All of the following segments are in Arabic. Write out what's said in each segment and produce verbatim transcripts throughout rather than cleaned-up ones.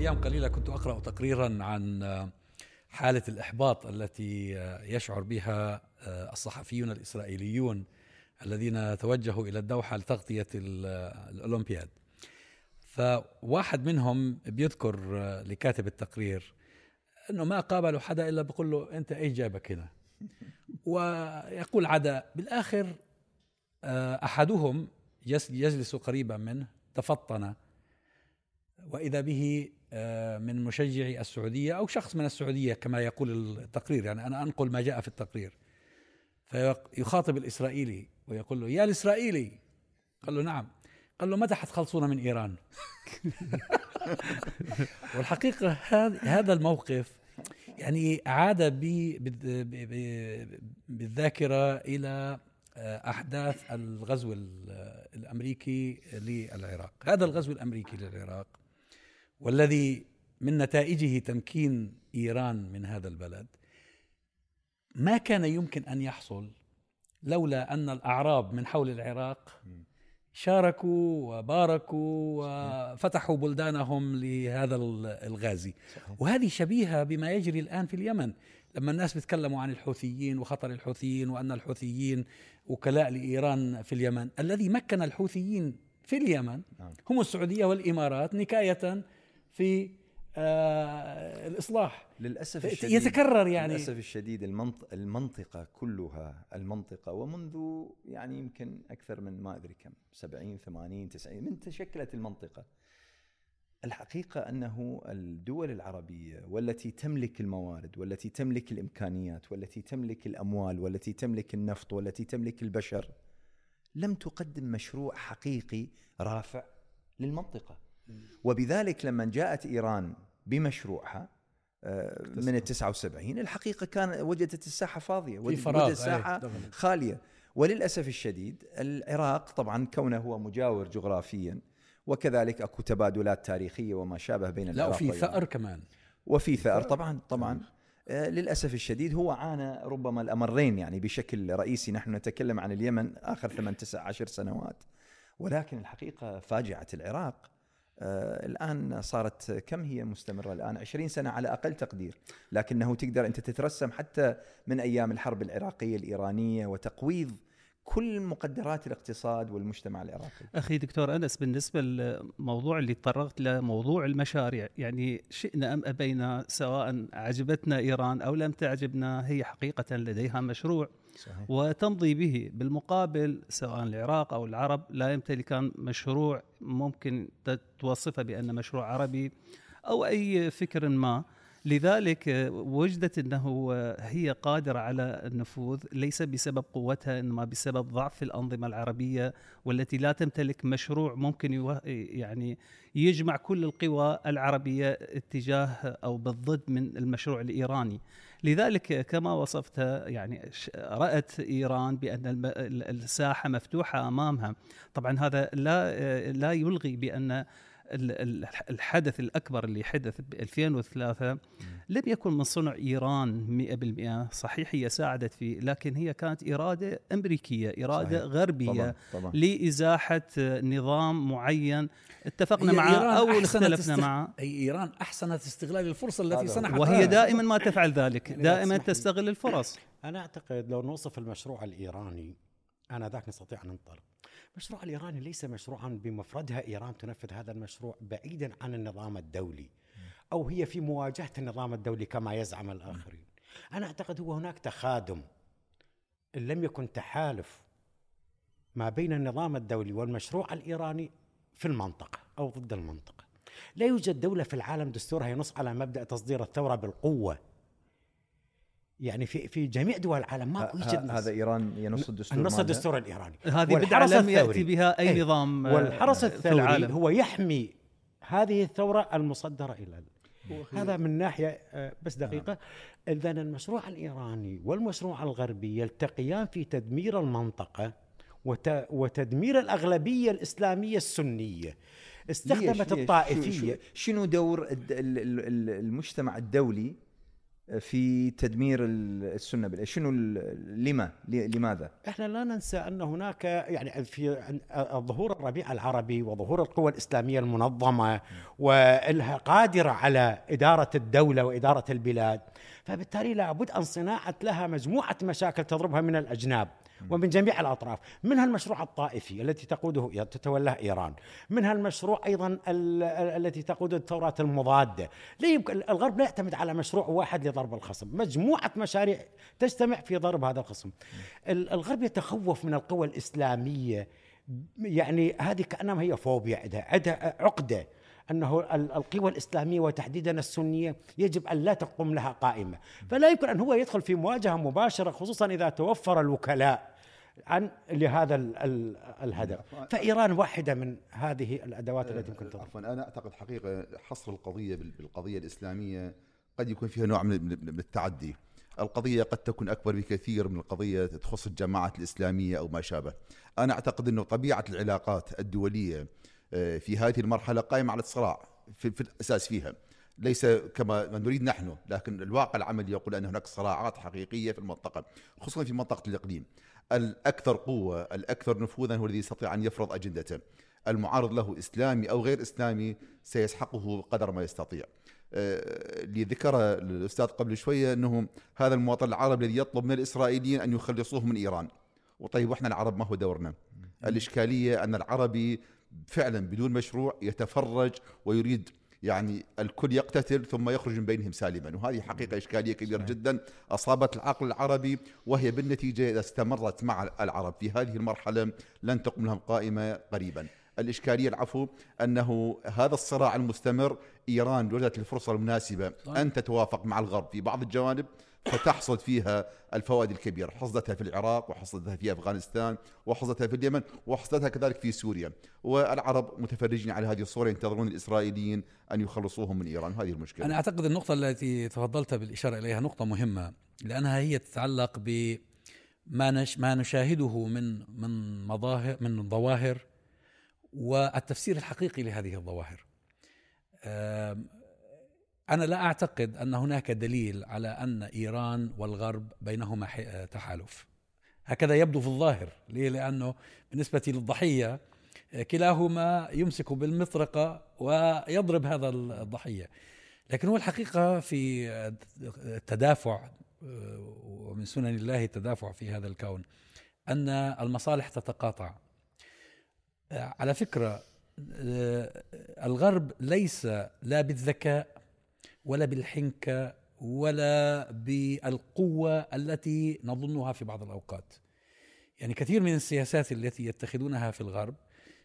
أيام قليلة كنت أقرأ تقريرا عن حالة الإحباط التي يشعر بها الصحفيون الإسرائيليون الذين توجهوا إلى الدوحة لتغطية الأولمبياد. فواحد منهم بيذكر لكاتب التقرير أنه ما قابلوا حدا إلا بيقول له أنت إيش جابك هنا، ويقول عدا بالآخر أحدهم يجلس قريبا منه تفطن، وإذا به من مشجعي السعودية أو شخص من السعودية كما يقول التقرير، يعني أنا أنقل ما جاء في التقرير، فيخاطب الإسرائيلي ويقول له يا الإسرائيلي، قال له نعم، قال له متى حتخلصونا من إيران؟ والحقيقة هذا الموقف يعني عاد بي بالذاكرة إلى أحداث الغزو الأمريكي للعراق. هذا الغزو الأمريكي للعراق والذي من نتائجه تمكين إيران من هذا البلد ما كان يمكن أن يحصل لولا أن الأعراب من حول العراق شاركوا وباركوا وفتحوا بلدانهم لهذا الغازي. وهذه شبيهة بما يجري الآن في اليمن، لما الناس بيتكلموا عن الحوثيين وخطر الحوثيين وأن الحوثيين وكلاء لإيران في اليمن. الذي مكن الحوثيين في اليمن هم السعودية والإمارات نكاية في آه الإصلاح. للأسف الشديد يتكرر يعني للأسف الشديد المنطقة كلها المنطقة ومنذ يعني يمكن أكثر من ما أدري كم سبعين ثمانين تسعين من تشكلت المنطقة. الحقيقة أنه الدول العربية والتي تملك الموارد والتي تملك الإمكانيات والتي تملك الأموال والتي تملك النفط والتي تملك البشر لم تقدم مشروع حقيقي رافع للمنطقة. وبذلك لما جاءت إيران بمشروعها من التسعة وسبعين الحقيقة كان وجدت الساحة فاضية، وجدت الساحة خالية. وللأسف الشديد العراق طبعا كونه هو مجاور جغرافيا وكذلك أكو تبادلات تاريخية وما شابه بين العراق لا، وفي ثأر كمان، وفي ثأر طبعا طبعا آه للأسف الشديد هو عانى ربما الأمرين يعني بشكل رئيسي. نحن نتكلم عن اليمن آخر ثمان تسع عشر سنوات، ولكن الحقيقة فاجعة العراق آه الآن صارت كم هي مستمرة الآن عشرين سنة على أقل تقدير، لكنه تقدر أنت تترسم حتى من أيام الحرب العراقية الإيرانية وتقويض كل مقدرات الاقتصاد والمجتمع العراقي. أخي دكتور أنس، بالنسبة للموضوع اللي تطرقت له موضوع المشاريع، يعني شئنا أم أبينا سواء عجبتنا إيران أو لم تعجبنا هي حقيقة لديها مشروع صحيح. وتمضي به. بالمقابل سواء العراق أو العرب لا يمتلكان مشروع ممكن توصفه بأن مشروع عربي أو أي فكر ما. لذلك وجدت أنه هي قادرة على النفوذ ليس بسبب قوتها إنما بسبب ضعف الأنظمة العربية والتي لا تمتلك مشروع ممكن يعني يجمع كل القوى العربية اتجاه أو بالضد من المشروع الإيراني. لذلك كما وصفت يعني رأت إيران بأن الساحة مفتوحة أمامها. طبعا هذا لا لا يلغي بأن الحدث الأكبر اللي حدث ب ألفين وثلاثة لم يكن من صنع إيران مئة بالمئة. صحيح هي ساعدت فيه، لكن هي كانت إرادة أمريكية، إرادة صحيح. غربية طبعا. طبعا. لإزاحة نظام معين اتفقنا معه أو اختلفنا استغ... معه. أي إيران أحسنت استغلال الفرصة التي سنحتها، وهي دائما ما تفعل ذلك، دائما تستغل الفرص. أنا أعتقد لو نوصف المشروع الإيراني أنا ذاك نستطيع أن ننطلق. المشروع الإيراني ليس مشروعا بمفردها إيران تنفذ هذا المشروع بعيدا عن النظام الدولي أو هي في مواجهة النظام الدولي كما يزعم الآخرين. أنا أعتقد هو هناك تخادم إن لم يكن تحالف ما بين النظام الدولي والمشروع الإيراني في المنطقة أو ضد المنطقة. لا يوجد دولة في العالم دستورها ينص على مبدأ تصدير الثورة بالقوة. يعني في في جميع دول العالم ما يوجد هذا إيران ينص الدستور، النص الدستور الإيراني. هذه بدعة لم يأتي بها أي ايه؟ نظام. والحرس الثوري هو يحمي هذه الثورة المصدرة إلى هذا من ناحية. بس دقيقة، إذن المشروع الإيراني والمشروع الغربي يلتقيان في تدمير المنطقة وتدمير الأغلبية الإسلامية السنية. استخدمت الطائفية. شنو دور المجتمع الدولي في تدمير السنة بالله؟ شنو لما لماذا؟ احنا لا ننسى ان هناك يعني في ظهور الربيع العربي وظهور القوى الاسلاميه المنظمه والها قادره على اداره الدوله واداره البلاد، فبالتالي لابد ان صناعه لها مجموعه مشاكل تضربها من الاجناب ومن جميع الأطراف، منها المشروع الطائفي التي تقوده تتولاه إيران، منها المشروع أيضا التي تقود الثورات المضادة. لا يمكن الغرب لا يعتمد على مشروع واحد لضرب الخصم، مجموعة مشاريع تجتمع في ضرب هذا الخصم. الغرب يتخوف من القوى الإسلامية، يعني هذه كأنما هي فوبيا، عندها عندها عقدة أنه القوى الإسلامية وتحديدا السنية يجب أن لا تقوم لها قائمة، فلا يمكن أن هو يدخل في مواجهة مباشرة، خصوصا إذا توفر الوكلاء عن لهذا ال ال الهدف. فإيران واحدة من هذه الأدوات التي يمكن تضرب. عفوا أنا أعتقد حقيقة حصر القضية بالقضية الإسلامية قد يكون فيها نوع من التعدي. القضية قد تكون أكبر بكثير من القضية تخص الجماعات الإسلامية أو ما شابه. أنا أعتقد أنه طبيعة العلاقات الدولية في هذه المرحلة قائمة على الصراع في, في الأساس فيها، ليس كما نريد نحن، لكن الواقع العملي يقول أن هناك صراعات حقيقية في المنطقة، خصوصا في منطقة الإقليم. الأكثر قوة الأكثر نفوذا هو الذي يستطيع أن يفرض أجندته، المعارض له إسلامي أو غير إسلامي سيسحقه قدر ما يستطيع. اللي ذكر الأستاذ قبل شوية أنه هذا المواطن العربي الذي يطلب من الإسرائيليين أن يخلصوه من إيران. وطيب وإحنا العرب ما هو دورنا؟ الإشكالية أن العربي فعلا بدون مشروع يتفرج ويريد يعني الكل يقتتل ثم يخرج من بينهم سالما، وهذه حقيقة إشكالية كبيرة جدا أصابت العقل العربي، وهي بالنتيجة إذا استمرت مع العرب في هذه المرحلة لن تقوم لهم قائمة قريبا. الإشكالية العفو أنه هذا الصراع المستمر إيران وجدت الفرصة المناسبة أن تتوافق مع الغرب في بعض الجوانب فتحصد فيها الفوائد الكبيرة، حصدتها في العراق وحصدتها في أفغانستان وحصدتها في اليمن وحصدتها كذلك في سوريا، والعرب متفرجين على هذه الصورة ينتظرون الإسرائيليين أن يخلصوهم من إيران. هذه المشكلة. أنا أعتقد النقطة التي تفضلت بالإشارة إليها نقطة مهمة، لأنها هي تتعلق بما نش ما نشاهده من من مظاهر من ظواهر والتفسير الحقيقي لهذه الظواهر. أنا لا أعتقد أن هناك دليل على أن إيران والغرب بينهما تحالف، هكذا يبدو في الظاهر. ليه؟ لأنه بالنسبة للضحية كلاهما يمسك بالمطرقة ويضرب هذا الضحية، لكن هو الحقيقة في التدافع، ومن سنن الله التدافع في هذا الكون، أن المصالح تتقاطع. على فكرة الغرب ليس لا بالذكاء ولا بالحنكة ولا بالقوة التي نظنها في بعض الأوقات. يعني كثير من السياسات التي يتخذونها في الغرب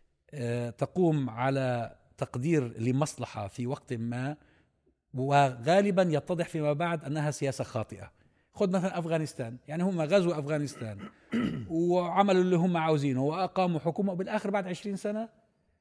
تقوم على تقدير لمصلحة في وقت ما، وغالبا يتضح فيما بعد أنها سياسة خاطئة. خذ مثلا أفغانستان، يعني هم غزوا أفغانستان وعملوا اللي هم عاوزينه وأقاموا حكومة، وبالآخر بعد عشرين سنة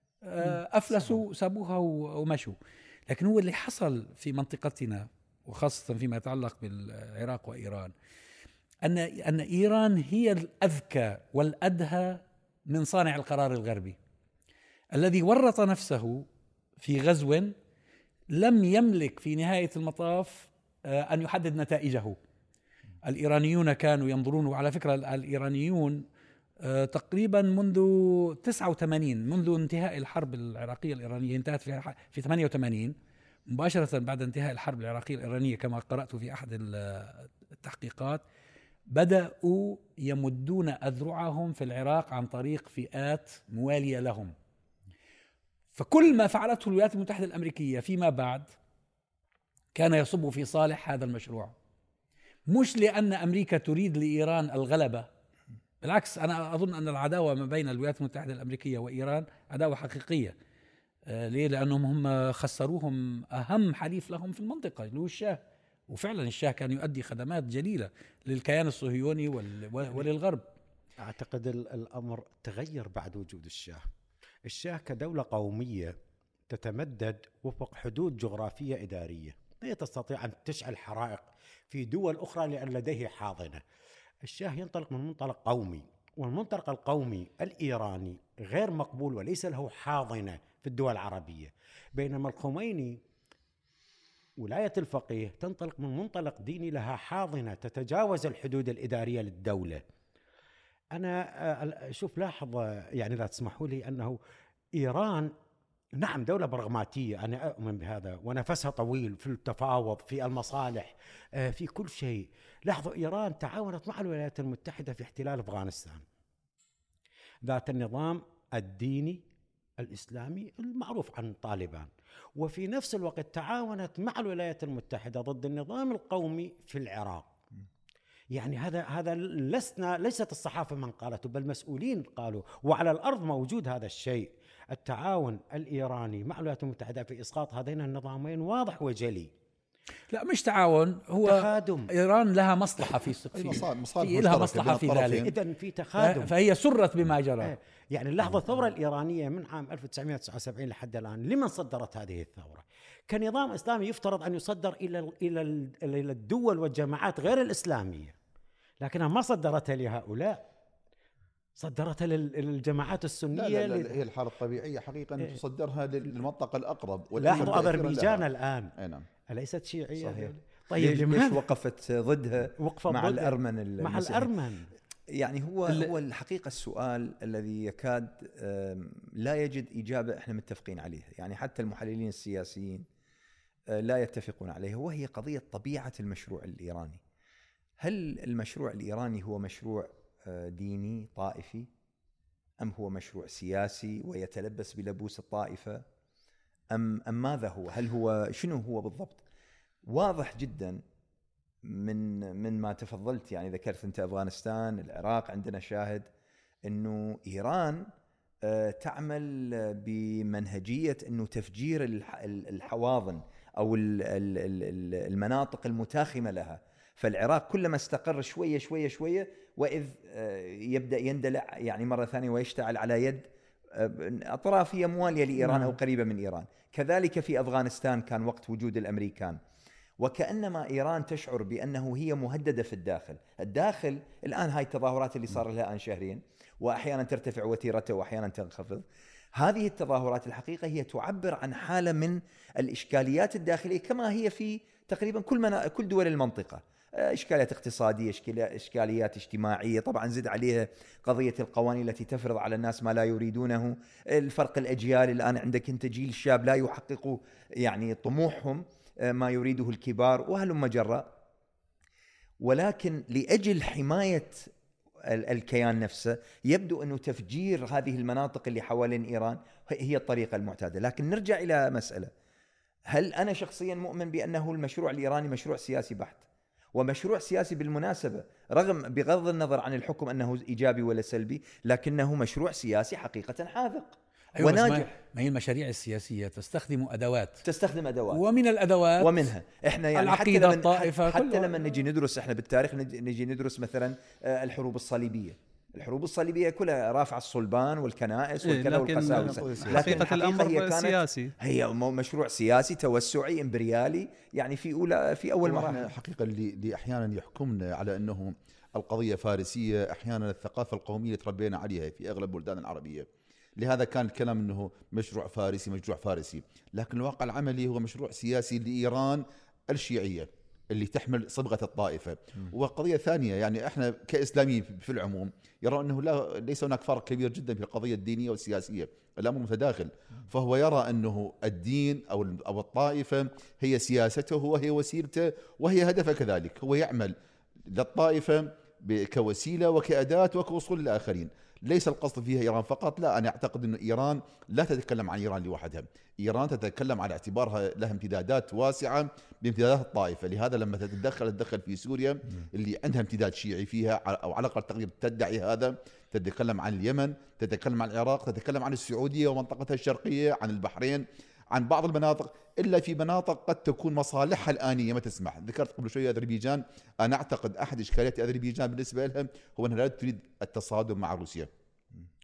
أفلسوا سابوها ومشوا. لكن هو اللي حصل في منطقتنا وخاصة فيما يتعلق بالعراق وإيران أن أن إيران هي الأذكى والأدهى من صانع القرار الغربي الذي ورط نفسه في غزو لم يملك في نهاية المطاف أن يحدد نتائجه. الإيرانيون كانوا ينظرون، وعلى فكرة الإيرانيون تقريبا منذ تسعة وثمانين، منذ انتهاء الحرب العراقية الإيرانية، انتهت في في ثمانية وثمانين مباشرة بعد انتهاء الحرب العراقية الإيرانية كما قرأت في أحد التحقيقات، بدأوا يمدون أذرعهم في العراق عن طريق فئات موالية لهم. فكل ما فعلته الولايات المتحدة الأمريكية فيما بعد كان يصب في صالح هذا المشروع، مش لأن أمريكا تريد لإيران الغلبة، بالعكس. أنا أظن أن العداوة ما بين الولايات المتحدة الأمريكية وإيران عداوة حقيقية. آه ليه؟ لأنهم هم خسروهم أهم حليف لهم في المنطقة اللي هو الشاه، وفعلا الشاه كان يؤدي خدمات جليلة للكيان الصهيوني وللغرب. أعتقد الأمر تغير بعد وجود الشاه. الشاه كدولة قومية تتمدد وفق حدود جغرافية إدارية، لا تستطيع أن تشعل حرائق في دول أخرى لأن لديه حاضنة. الشاه ينطلق من منطلق قومي، والمنطلق القومي الإيراني غير مقبول وليس له حاضنة في الدول العربية. بينما الخميني ولاية الفقيه تنطلق من منطلق ديني، لها حاضنة تتجاوز الحدود الإدارية للدولة. أنا شوف لاحظ يعني لا تسمحوا لي أنه إيران نعم دولة برغماتية، أنا أؤمن بهذا، ونفسها طويل في التفاوض في المصالح في كل شيء. لاحظوا إيران تعاونت مع الولايات المتحدة في احتلال أفغانستان ذات النظام الديني الإسلامي المعروف عن طالبان، وفي نفس الوقت تعاونت مع الولايات المتحدة ضد النظام القومي في العراق. يعني هذا هذا لسنا ليست الصحافة من قالته، بل مسؤولين قالوا، وعلى الأرض موجود هذا الشيء. التعاون الإيراني مع الولايات المتحدة في إسقاط هذين النظامين واضح وجلي. لا مش تعاون، هو تخادم. إيران لها مصلحة في في في لها مصلحة في ذلك، إذن في تخادم، فهي سرت بما جرى. يعني اللحظة الثورة الإيرانية من عام ألف وتسعمائة وتسعة وسبعين لحد الآن، لمن صدرت هذه الثورة؟ كنظام إسلامي يفترض أن يصدر إلى إلى إلى الدول والجماعات غير الإسلامية، لكنها ما صدرتها لهؤلاء، صدرتها للجماعات السنية. لا لا لا هي الحالة الطبيعية حقيقة أن تصدرها للمنطقة الأقرب. لاحظوا أذربيجان الآن نعم. أليست شيعية؟ صحيح. طيب ليش, ليش وقفت ضدها مع ضد الأرمن؟ مع الأرمن يعني هو هو الحقيقة السؤال الذي يكاد لا يجد إجابة احنا متفقين عليها، يعني حتى المحللين السياسيين لا يتفقون عليها، وهي قضية طبيعة المشروع الإيراني. هل المشروع الإيراني هو مشروع ديني طائفي، أم هو مشروع سياسي ويتلبس بلبوس الطائفة، أم أم ماذا هو؟ هل هو شنو هو بالضبط؟ واضح جدا من من ما تفضلت، يعني ذكرت أنت أفغانستان، العراق، عندنا شاهد أنه إيران تعمل بمنهجية أنه تفجير الحواضن أو المناطق المتاخمة لها. فالعراق كلما استقر شوية شوية شوية وإذ يبدأ يندلع يعني مرة ثانية ويشتعل على يد أطراف هي موالية لإيران أو قريبة من إيران. كذلك في أفغانستان كان وقت وجود الأمريكان، وكأنما إيران تشعر بأنه هي مهددة في الداخل. الداخل الآن هاي التظاهرات اللي صار لها الآن شهرين، وأحيانا ترتفع وتيرته وأحيانا تنخفض. هذه التظاهرات الحقيقة هي تعبر عن حالة من الإشكاليات الداخلية كما هي في تقريبا كل منا... كل دول المنطقة. إشكاليات اقتصادية، إشكاليات اجتماعية، طبعا زد عليها قضية القوانين التي تفرض على الناس ما لا يريدونه، الفرق الأجيال. الآن عندك أنت جيل شاب لا يحقق يعني طموحهم ما يريده الكبار وهلم جرا. ولكن لأجل حماية الكيان نفسه يبدو أنه تفجير هذه المناطق اللي حوالين إيران هي الطريقة المعتادة. لكن نرجع إلى مسألة، هل أنا شخصيا مؤمن بأنه المشروع الإيراني مشروع سياسي بحت؟ ومشروع سياسي بالمناسبة، رغم بغض النظر عن الحكم أنه إيجابي ولا سلبي، لكنه مشروع سياسي حقيقة حاذق. أيوة وناجح. ما هي المشاريع السياسية تستخدم أدوات تستخدم أدوات ومن الأدوات ومنها إحنا يعني العقيدة حتى الطائفة حتى, حتى لما نجي ندرس إحنا بالتاريخ نجي ندرس مثلا الحروب الصليبية. الحروب الصليبية كلها رافع الصلبان والكنائس والكذا والقساوسة، لكن حقيقة هي كانت سياسي، هي مشروع سياسي توسعي إمبريالي يعني في أولى في أول مرحلة. حقيقة اللي, اللي أحيانا يحكمنا على أنه القضية فارسية، أحيانا الثقافة القومية اللي تربينا عليها في أغلب البلدان العربية. لهذا كان الكلام أنه مشروع فارسي مشروع فارسي، لكن الواقع العملي هو مشروع سياسي لإيران الشيعية اللي تحمل صبغة الطائفة. وقضية ثانية، يعني احنا كإسلاميين في العموم يرى أنه لا ليس هناك فرق كبير جدا في القضية الدينية والسياسية، الأمر متداخل. فهو يرى أنه الدين أو أو الطائفة هي سياسته وهي وسيلته وهي هدفه كذلك. هو يعمل للطائفة كوسيلة وكأداة وكوصول للآخرين. ليس القصد فيها إيران فقط، لا، أنا أعتقد أن إيران لا تتكلم عن إيران لوحدها، إيران تتكلم على اعتبارها لها امتدادات واسعة بامتدادات الطائفة. لهذا لما تتدخل تدخل في سوريا اللي عندها امتداد شيعي فيها، أو على الأقل تقريبا تدعي هذا، تتكلم عن اليمن، تتكلم عن العراق، تتكلم عن السعودية ومنطقتها الشرقية، عن البحرين، عن بعض المناطق، إلا في مناطق قد تكون مصالحها الآنية ما تسمح. ذكرت قبل شوية أذربيجان، أنا أعتقد أحد إشكاليات أذربيجان بالنسبة لها هو أنها لا تريد التصادم مع روسيا.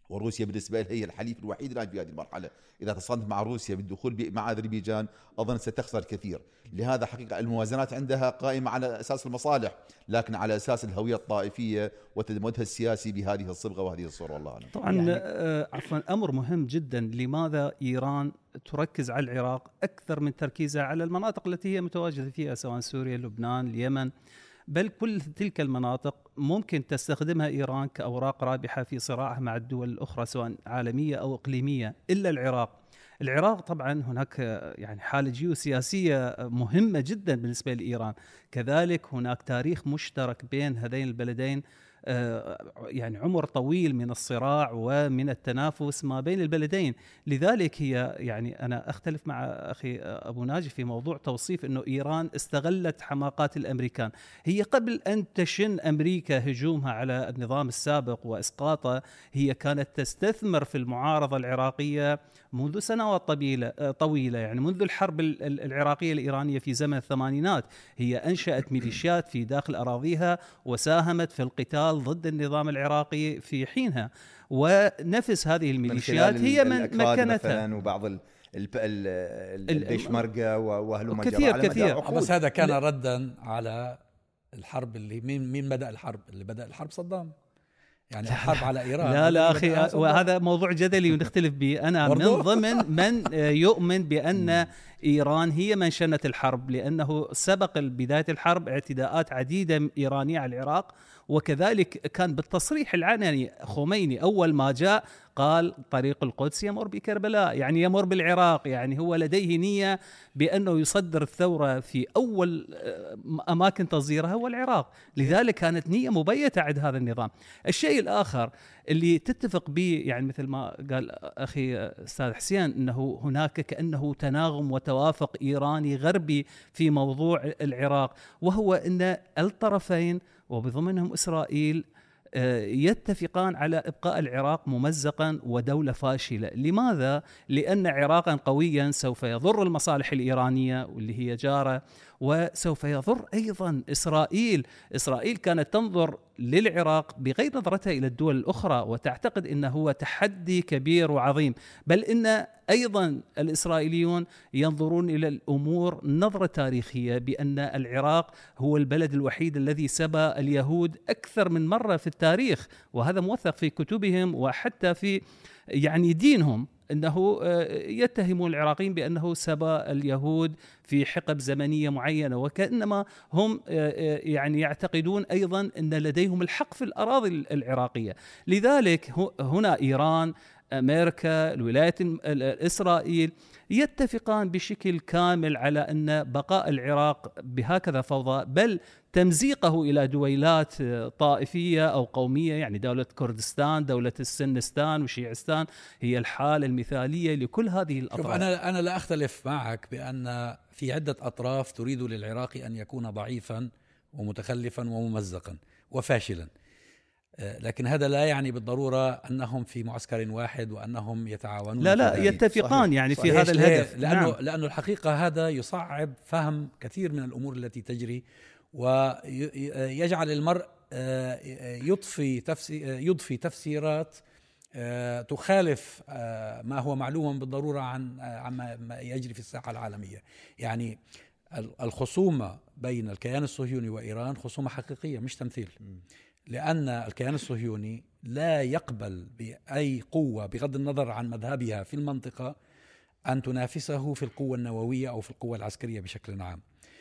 وروسيا بالنسبة لها هي الحليف الوحيد الآن في هذه المرحلة. إذا تصادمت مع روسيا بالدخول مع أذربيجان أظن ستخسر كثير. لهذا حقيقة الموازنات عندها قائمة على أساس المصالح، لكن على أساس الهوية الطائفية وتدمجها السياسي بهذه الصبغة وهذه الصورة. والله أعلم. طبعا يعني آه عفوا أمر مهم جدا، لماذا إيران تركز على العراق أكثر من تركيزها على المناطق التي هي متواجدة فيها، سواء سوريا، لبنان، اليمن، بل كل تلك المناطق ممكن تستخدمها إيران كأوراق رابحة في صراعها مع الدول الأخرى سواء عالمية أو إقليمية، إلا العراق. العراق طبعا هناك يعني حالة جيوسياسية مهمة جدا بالنسبة لإيران، كذلك هناك تاريخ مشترك بين هذين البلدين، يعني عمر طويل من الصراع ومن التنافس ما بين البلدين. لذلك هي يعني أنا أختلف مع أخي أبو ناجي في موضوع توصيف أنه إيران استغلت حماقات الأمريكان. هي قبل أن تشن أمريكا هجومها على النظام السابق وإسقاطه، هي كانت تستثمر في المعارضة العراقية منذ سنوات طويلة طويلة يعني منذ الحرب العراقية الإيرانية في زمن الثمانينات. هي أنشأت ميليشيات في داخل أراضيها وساهمت في القتال ضد النظام العراقي في حينها، ونفس هذه الميليشيات هي من مكنتها وبعض البيشمركة وأهلهم كثير كثير. بس هذا كان ردا على الحرب اللي مين مين بدأ الحرب؟ اللي بدأ الحرب صدام، يعني الحرب على إيران. لا لا أخي، وهذا موضوع جدلي ونختلف به. أنا من ضمن من يؤمن بأن إيران هي من شنت الحرب، لأنه سبق بداية الحرب اعتداءات عديدة إيرانية على العراق، وكذلك كان بالتصريح العلني خميني أول ما جاء قال طريق القدس يمر بكربلاء، يعني يمر بالعراق، يعني هو لديه نية بأنه يصدر الثورة في أول أماكن تصديرها هو العراق. لذلك كانت نية مبيتة عند هذا النظام. الشيء الآخر اللي تتفق به، يعني مثل ما قال أخي أستاذ حسين، أنه هناك كأنه تناغم وتوافق إيراني غربي في موضوع العراق، وهو أن الطرفين وبضمنهم إسرائيل يتفقان على إبقاء العراق ممزقا ودولة فاشلة. لماذا؟ لأن عراقا قويا سوف يضر المصالح الإيرانية واللي هي جارة، وسوف يضر أيضا إسرائيل. إسرائيل كانت تنظر للعراق بغير نظرتها إلى الدول الأخرى، وتعتقد أنه هو تحدي كبير وعظيم، بل إن أيضا الإسرائيليون ينظرون إلى الأمور نظرة تاريخية بأن العراق هو البلد الوحيد الذي سبى اليهود أكثر من مرة في التاريخ، وهذا موثق في كتبهم وحتى في يعني دينهم، أنه يتهمون العراقيين بأنه سبى اليهود في حقب زمنية معينة، وكأنما هم يعني يعتقدون أيضا أن لديهم الحق في الأراضي العراقية. لذلك هنا إيران، أمريكا، الولايات الإسرائيل يتفقان بشكل كامل على أن بقاء العراق بهكذا فوضى، بل تمزيقه إلى دويلات طائفية أو قومية، يعني دولة كردستان، دولة السنستان وشيعستان، هي الحالة المثالية لكل هذه الأطراف. أنا أنا لا أختلف معك بأن في عدة أطراف تريد للعراق أن يكون ضعيفا ومتخلفا وممزقا وفاشلا، لكن هذا لا يعني بالضرورة أنهم في معسكر واحد وأنهم يتعاونون. لا لا يتفقان صحيح. يعني في هذا الهدف، لأنه, نعم. لأنه الحقيقة هذا يصعب فهم كثير من الأمور التي تجري، ويجعل المرء يضفي تفسير يضفي تفسيرات تخالف ما هو معلوم بالضرورة عن عما يجري في الساحة العالمية. يعني الخصومة بين الكيان الصهيوني وإيران خصومة حقيقية مش تمثيل، لأن الكيان الصهيوني لا يقبل بأي قوة بغض النظر عن مذهبها في المنطقة أن تنافسه في القوة النووية أو في القوة العسكرية بشكل عام.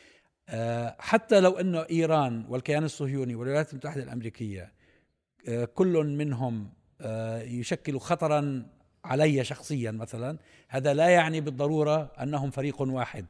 حتى لو أن إيران والكيان الصهيوني والولايات المتحدة الأمريكية كل منهم يشكل خطرا علي شخصيا مثلا، هذا لا يعني بالضرورة أنهم فريق واحد،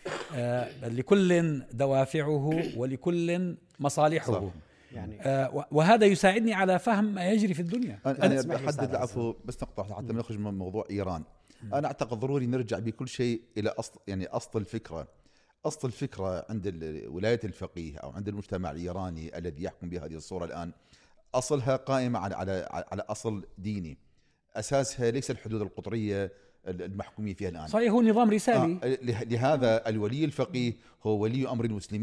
لكل دوافعه ولكل مصالحه. يعني آه وهذا يساعدني على فهم ما يجري في الدنيا. أنا, أنا بحدد العفو بس نقطة حتى نخرج من موضوع إيران. م. أنا أعتقد ضروري نرجع بكل شيء إلى أصل، يعني أصل الفكرة. أصل الفكرة عند ولاية الفقيه أو عند المجتمع الإيراني الذي يحكم بهذه الصورة الآن، أصلها قائمة على على على أصل ديني، أساسها ليس الحدود القطرية المحكومين فيها الآن. صحيح، هو نظام رسالي. آه لهذا الولي الفقيه هو ولي أمر المسلمين،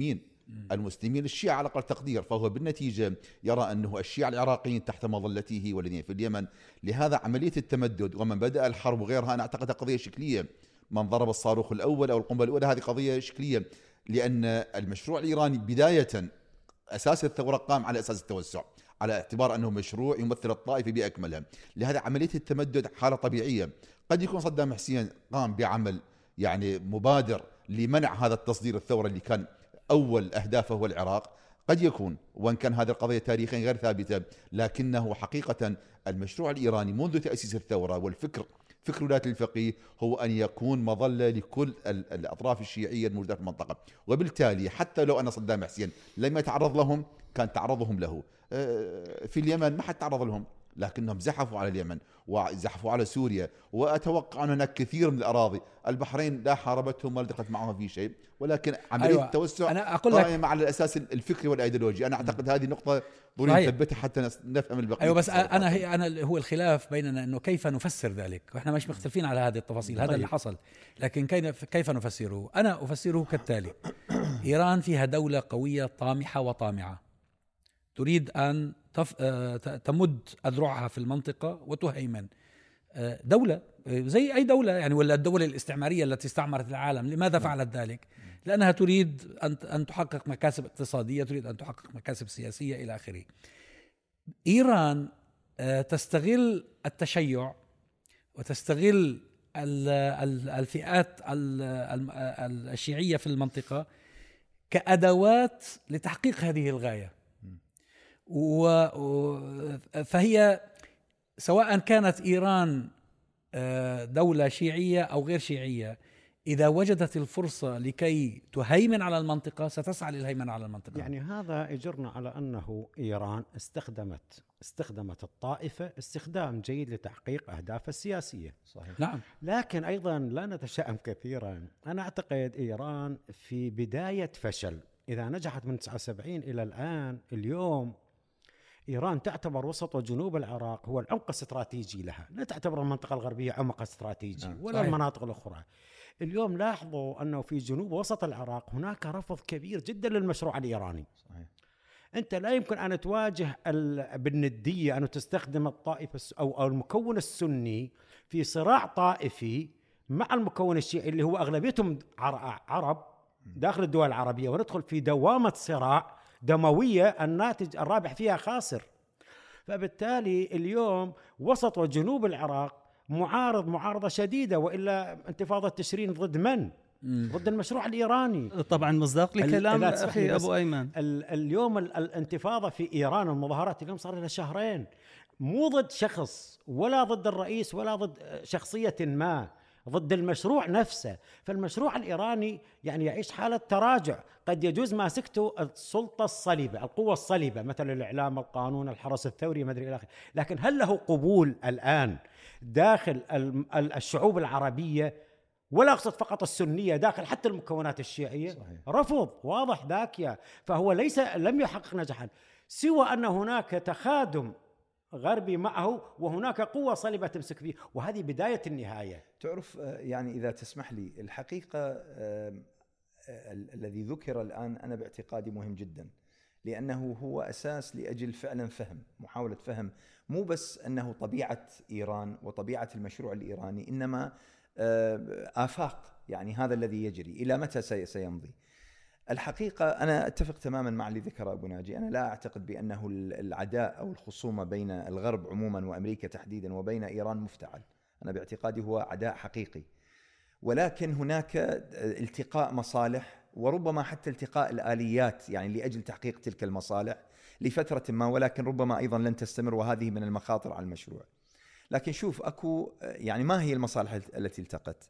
المسلمين الشيعة على أقل تقدير، فهو بالنتيجة يرى أنه الشيعة العراقيين تحت مظلته والذين في اليمن. لهذا عملية التمدد ومن بدأ الحرب وغيرها أنا أعتقد قضية شكلية، من ضرب الصاروخ الأول أو القنبلة الأولى هذه قضية شكلية، لأن المشروع الإيراني بداية أساس الثورة قام على أساس التوسع، على اعتبار أنه مشروع يمثل الطائفة بأكملها. لهذا عملية التمدد حالة طبيعية. قد يكون صدام حسين قام بعمل يعني مبادر لمنع هذا التصدير الثورة اللي كان أول أهدافه هو العراق، قد يكون، وإن كان هذه القضية تاريخيا غير ثابتة، لكنه حقيقة المشروع الإيراني منذ تأسيس الثورة والفكر فكر ولاية الفقيه هو أن يكون مظلة لكل الأطراف الشيعية الموجودة في المنطقة، وبالتالي حتى لو أن صدام حسين لم يتعرض لهم كان تعرضهم له. في اليمن ما حد تعرض لهم، لكنهم زحفوا على اليمن وزحفوا على سوريا، وأتوقع أن هناك كثير من الأراضي. البحرين لا حاربتهم ولا دخلت معهم في شيء، ولكن عملية أيوة. التوسع أنا أقول لك قائمة على الأساس الفكري والأيديولوجي. أنا أعتقد هذه نقطة ضروري نثبتها حتى نفهم البقية. أيوة، بس أنا هي أنا هو الخلاف بيننا إنه كيف نفسر ذلك، وإحنا مش مختلفين على هذه التفاصيل. هذا طيب. اللي حصل، لكن كيف كيف نفسره؟ أنا أفسره كالتالي: إيران فيها دولة قوية طامحة وطامعة، تريد أن تف... تمد أذرعها في المنطقة وتهيمن. دولة زي أي دولة يعني، ولا الدولة الاستعمارية التي استعمرت العالم، لماذا فعلت ذلك؟ لأنها تريد أن أن تحقق مكاسب اقتصادية، تريد أن تحقق مكاسب سياسية إلى آخره. إيران تستغل التشيع وتستغل الفئات الشيعية في المنطقة كأدوات لتحقيق هذه الغاية. فهي سواء كانت إيران دولة شيعية أو غير شيعية، إذا وجدت الفرصة لكي تهيمن على المنطقة ستسعى للهيمن على المنطقة. يعني هذا يجرنا على أنه إيران استخدمت استخدمت الطائفة استخدام جيد لتحقيق أهدافها السياسية. صحيح. نعم. لكن أيضا لا نتشائم كثيرا. أنا أعتقد إيران في بداية فشل. إذا نجحت من تسعة وسبعين إلى الآن، اليوم إيران تعتبر وسط وجنوب العراق هو العمق الاستراتيجي لها، لا تعتبر المنطقة الغربية عمق استراتيجي آه. ولا صحيح. المناطق الأخرى. اليوم لاحظوا أنه في جنوب وسط العراق هناك رفض كبير جدا للمشروع الإيراني. صحيح. أنت لا يمكن أن تواجه بالندية أن تستخدم الطائفة أو المكون السني في صراع طائفي مع المكون الشيعي اللي هو أغلبيتهم عرب داخل الدول العربية، وندخل في دوامة صراع دموية الناتج الرابح فيها خاسر. فبالتالي اليوم وسط وجنوب العراق معارض معارضة شديدة، وإلا انتفاضة تشرين ضد من؟ ضد المشروع الإيراني. طبعا مصداق لكلام أخي أبو أيمن. اليوم الانتفاضة في إيران والمظاهرات اليوم صار لها شهرين، مو ضد شخص ولا ضد الرئيس ولا ضد شخصية ما، ضد المشروع نفسه. فالمشروع الإيراني يعني يعيش حالة تراجع. قد يجوز ماسكته السلطة الصلبة، القوة الصلبة، مثل الإعلام، القانون، الحرس الثوري، ما أدري إلى آخره، لكن هل له قبول الآن داخل الشعوب العربية؟ ولا أقصد فقط السنية، داخل حتى المكونات الشيعية. صحيح. رفض واضح داكية. فهو ليس لم يحقق نجاحا، سوى أن هناك تخادم غربي معه وهناك قوة صلبة تمسك فيه، وهذه بداية النهاية. تعرف يعني إذا تسمح لي، الحقيقة الذي ذكر الآن أنا باعتقادي مهم جدا، لأنه هو أساس لأجل فعلا فهم، محاولة فهم مو بس أنه طبيعة إيران وطبيعة المشروع الإيراني، إنما آفاق، يعني هذا الذي يجري إلى متى سيمضي. الحقيقة أنا أتفق تماما مع اللي ذكره أبو ناجي. أنا لا أعتقد بأنه العداء أو الخصومة بين الغرب عموما وأمريكا تحديدا وبين إيران مفتعل. أنا باعتقادي هو عداء حقيقي، ولكن هناك التقاء مصالح وربما حتى التقاء الآليات، يعني لأجل تحقيق تلك المصالح لفترة ما، ولكن ربما أيضا لن تستمر، وهذه من المخاطر على المشروع. لكن شوف، أكو يعني ما هي المصالح التي التقت؟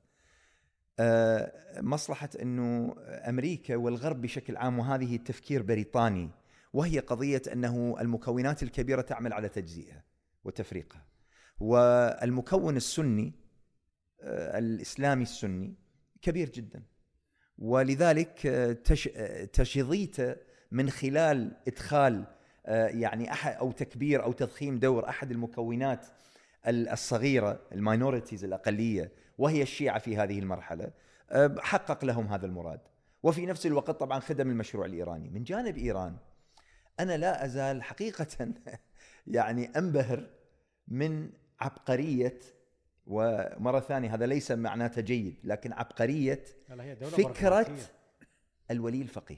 مصلحة أنه أمريكا والغرب بشكل عام، وهذه التفكير بريطاني، وهي قضية أنه المكونات الكبيرة تعمل على تجزئها وتفريقها، والمكون السني الإسلامي السني كبير جدا، ولذلك تشظيته من خلال إدخال يعني أحد أو تكبير أو تضخيم دور أحد المكونات الصغيرة، الماينوريتيز الأقلية، وهي الشيعة في هذه المرحلة، حقق لهم هذا المراد. وفي نفس الوقت طبعا خدم المشروع الإيراني. من جانب إيران أنا لا أزال حقيقة يعني أنبهر من عبقرية، ومرة ثانية هذا ليس معناته جيد، لكن عبقرية فكرة الولي الفقيه.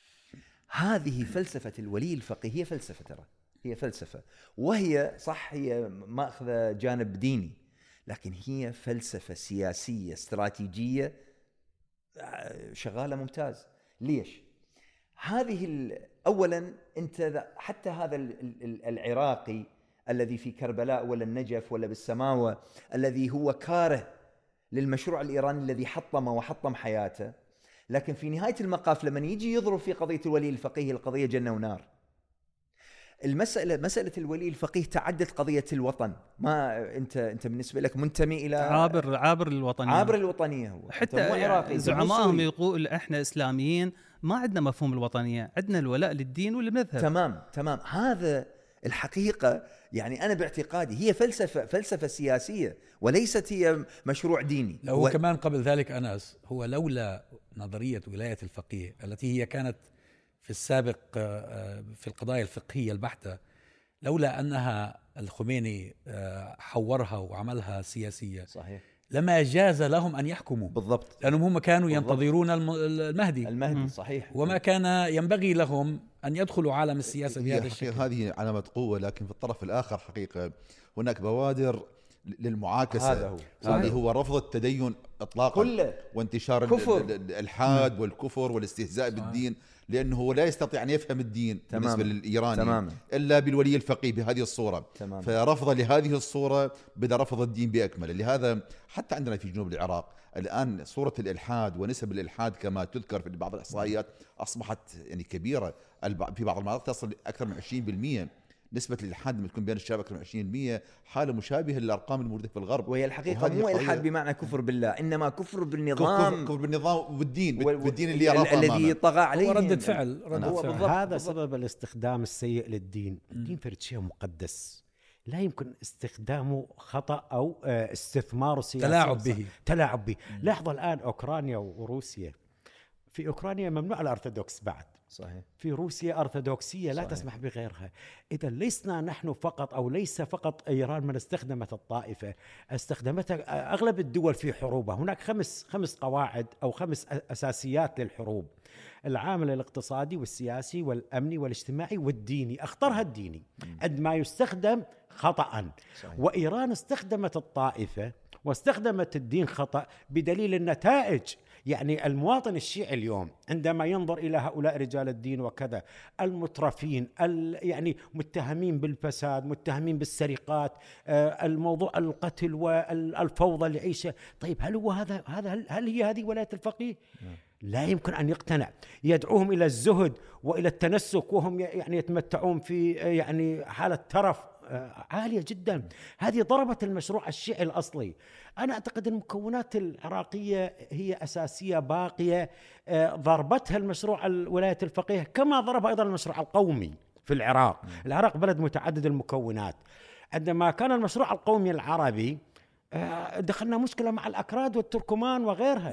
هذه فلسفة الولي الفقيه هي فلسفة، ترى هي فلسفة، وهي صح هي ماخذة جانب ديني، لكن هي فلسفة سياسية استراتيجية شغالة ممتاز. ليش؟ هذه أولا أنت حتى هذا العراقي الذي في كربلاء ولا النجف ولا بالسماوة الذي هو كاره للمشروع الإيراني الذي حطمه وحطم حياته، لكن في نهاية المقاف لما يجي يضرب في قضية الولي الفقيه القضية جنة ونار. المسألة مسألة الولي الفقيه تعدت قضية الوطن. ما أنت أنت بالنسبة لك منتمي إلى عابر عابر الوطنية، عابر الوطنية هو حتى زعمائهم يقول إحنا إسلاميين ما عندنا مفهوم الوطنية، عندنا الولاء للدين والمذهب. تمام تمام هذا الحقيقة. يعني أنا باعتقادي هي فلسفة فلسفة سياسية وليست هي مشروع ديني. لو هو كمان قبل ذلك أنس، هو لولا نظرية ولاية الفقيه التي هي كانت في السابق في القضايا الفقهية البحتة، لولا أنها الخميني حورها وعملها سياسية، صحيح، لما جاز لهم أن يحكموا. بالضبط، لأنهم هم كانوا بالضبط. ينتظرون المهدي المهدي صحيح، وما كان ينبغي لهم أن يدخلوا عالم السياسة بهذا الشكل. هذه علامة قوة، لكن في الطرف الآخر حقيقة هناك بوادر للمعاكسة. هذا هو اللي هو رفض التدين إطلاقا كله، وانتشار الإلحاد والكفر والاستهزاء بالدين، لأنه هو لا يستطيع أن يفهم الدين تمام. بالنسبة للإيراني تمام. إلا بالولي الفقيه بهذه الصورة تمام. فرفض لهذه الصورة بدأ رفض الدين بأكمله. لهذا حتى عندنا في جنوب العراق الآن صورة الإلحاد ونسب الإلحاد كما تذكر في بعض الإحصائيات أصبحت يعني كبيرة، في بعض المناطق تصل أكثر من عشرين بالمئة. نسبة الإلحاد لما تكون بين الشباب أكثر من عشرين بالمئة، حالة مشابهة للأرقام الموجودة في الغرب. وهي الحقيقة مو إلحاد بمعنى كفر بالله، إنما كفر بالنظام، كفر, كفر بالنظام والدين وال... بالدين اللي الذي طغى عليه، ردة فعل, ردة فعل. بالضبط. هذا سبب الاستخدام السيء للدين. الدين فرد شيء مقدس، لا يمكن استخدامه خطأ أو استثماره سياسي، تلاعب به تلاعب به. لاحظوا الآن أوكرانيا وروسيا. في أوكرانيا ممنوع الأرثوذكس بعد، صحيح. في روسيا أرثوذكسية لا صحيح. تسمح بغيرها. إذا لسنا نحن فقط أو ليس فقط إيران من استخدمت الطائفة، استخدمتها أغلب الدول في حروبها. هناك خمس خمس قواعد أو خمس أساسيات للحروب: العامل الاقتصادي والسياسي والأمني والاجتماعي والديني. أخطرها الديني عندما يستخدم خطأ، صحيح. وإيران استخدمت الطائفة واستخدمت الدين خطأ بدليل النتائج. يعني المواطن الشيعي اليوم عندما ينظر إلى هؤلاء رجال الدين وكذا المترفين، يعني متهمين بالفساد، متهمين بالسرقات، الموضوع القتل والفوضى اللي يعيشه، طيب هل هو هذا هذا هل هي هذه ولاية الفقيه؟ لا يمكن أن يقتنع. يدعوهم إلى الزهد وإلى التنسك وهم يعني يتمتعون في يعني حالة ترف عالية جدا. هذه ضربت المشروع الشيعي الأصلي. أنا أعتقد المكونات العراقية هي أساسية باقية، ضربتها المشروع ولاية الفقيه كما ضرب أيضا المشروع القومي في العراق. العراق بلد متعدد المكونات. عندما كان المشروع القومي العربي دخلنا مشكلة مع الأكراد والتركمان وغيرها،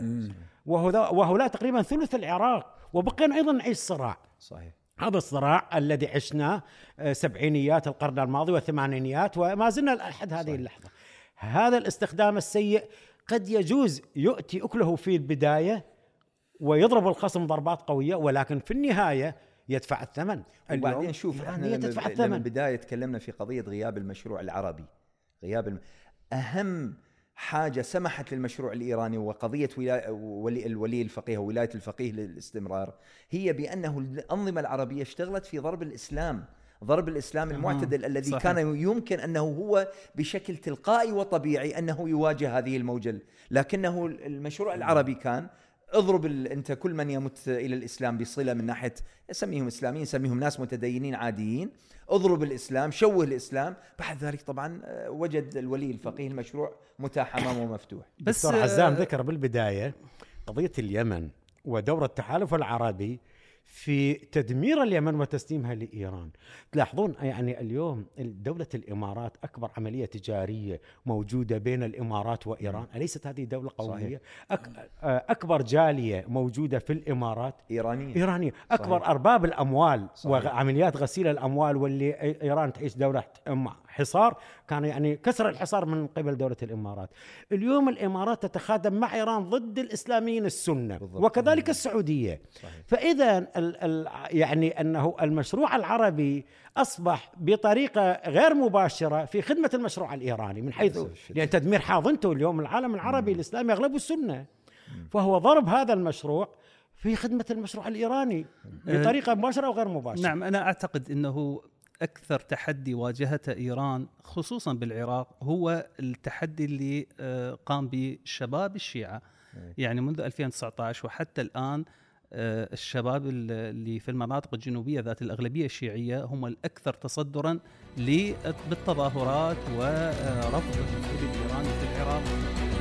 وهؤلاء تقريبا ثلث العراق، وبقينا أيضا نعيش صراع. صحيح. هذا الصراع الذي عشناه سبعينيات القرن الماضي والثمانينيات وما زلنا لحد هذه اللحظة. هذا الاستخدام السيء قد يجوز يؤتي أكله في البداية ويضرب الخصم ضربات قوية، ولكن في النهاية يدفع الثمن. وبعدين شوف احنا لما, لما البداية تكلمنا في قضية غياب المشروع العربي، غياب الم... أهم حاجة سمحت للمشروع الإيراني وقضية ولي الولي الفقيه وولاية الفقيه للاستمرار هي بأنه الأنظمة العربية اشتغلت في ضرب الإسلام، ضرب الإسلام المعتدل آه. الذي صحيح. كان يمكن أنه هو بشكل تلقائي وطبيعي أنه يواجه هذه الموجة، لكنه المشروع العربي كان اضرب انت كل من يمت الى الاسلام بصله من ناحيه يسميهم اسلاميين، يسميهم ناس متدينين عاديين، اضرب الاسلام، شوه الاسلام. بعد ذلك طبعا وجد الولي الفقيه المشروع متاح امامه ومفتوح. بس دكتور عزام ذكر بالبدايه قضيه اليمن ودور التحالف العربي في تدمير اليمن وتسليمها لإيران. تلاحظون يعني اليوم دولة الإمارات أكبر عملية تجارية موجودة بين الإمارات وإيران، أليست هذه دولة قومية؟ أك أكبر جالية موجودة في الإمارات إيرانية إيرانية، أكبر صحيح. أرباب الأموال صحيح. وعمليات غسيل الأموال، واللي إيران تعيش دولة حصار، كان يعني كسر الحصار من قبل دولة الإمارات. اليوم الإمارات تتخادم مع إيران ضد الإسلاميين السنة بالضبط. وكذلك السعودية صحيح. فإذا ال ال يعني أنه المشروع العربي أصبح بطريقة غير مباشرة في خدمة المشروع الإيراني، من حيث لأن تدمير حاضنته اليوم العالم العربي مم. الإسلامي أغلبه السنة، فهو ضرب هذا المشروع في خدمة المشروع الإيراني بطريقة مباشرة وغير مباشرة. نعم، أنا أعتقد أنه أكثر تحدي واجهته إيران خصوصا بالعراق هو التحدي اللي قام به شباب الشيعة، يعني منذ ألفين وتسعة عشر وحتى الآن الشباب اللي في المناطق الجنوبية ذات الأغلبية الشيعية هم الأكثر تصدرا بالتظاهرات ورفض الدخول الإيراني في العراق.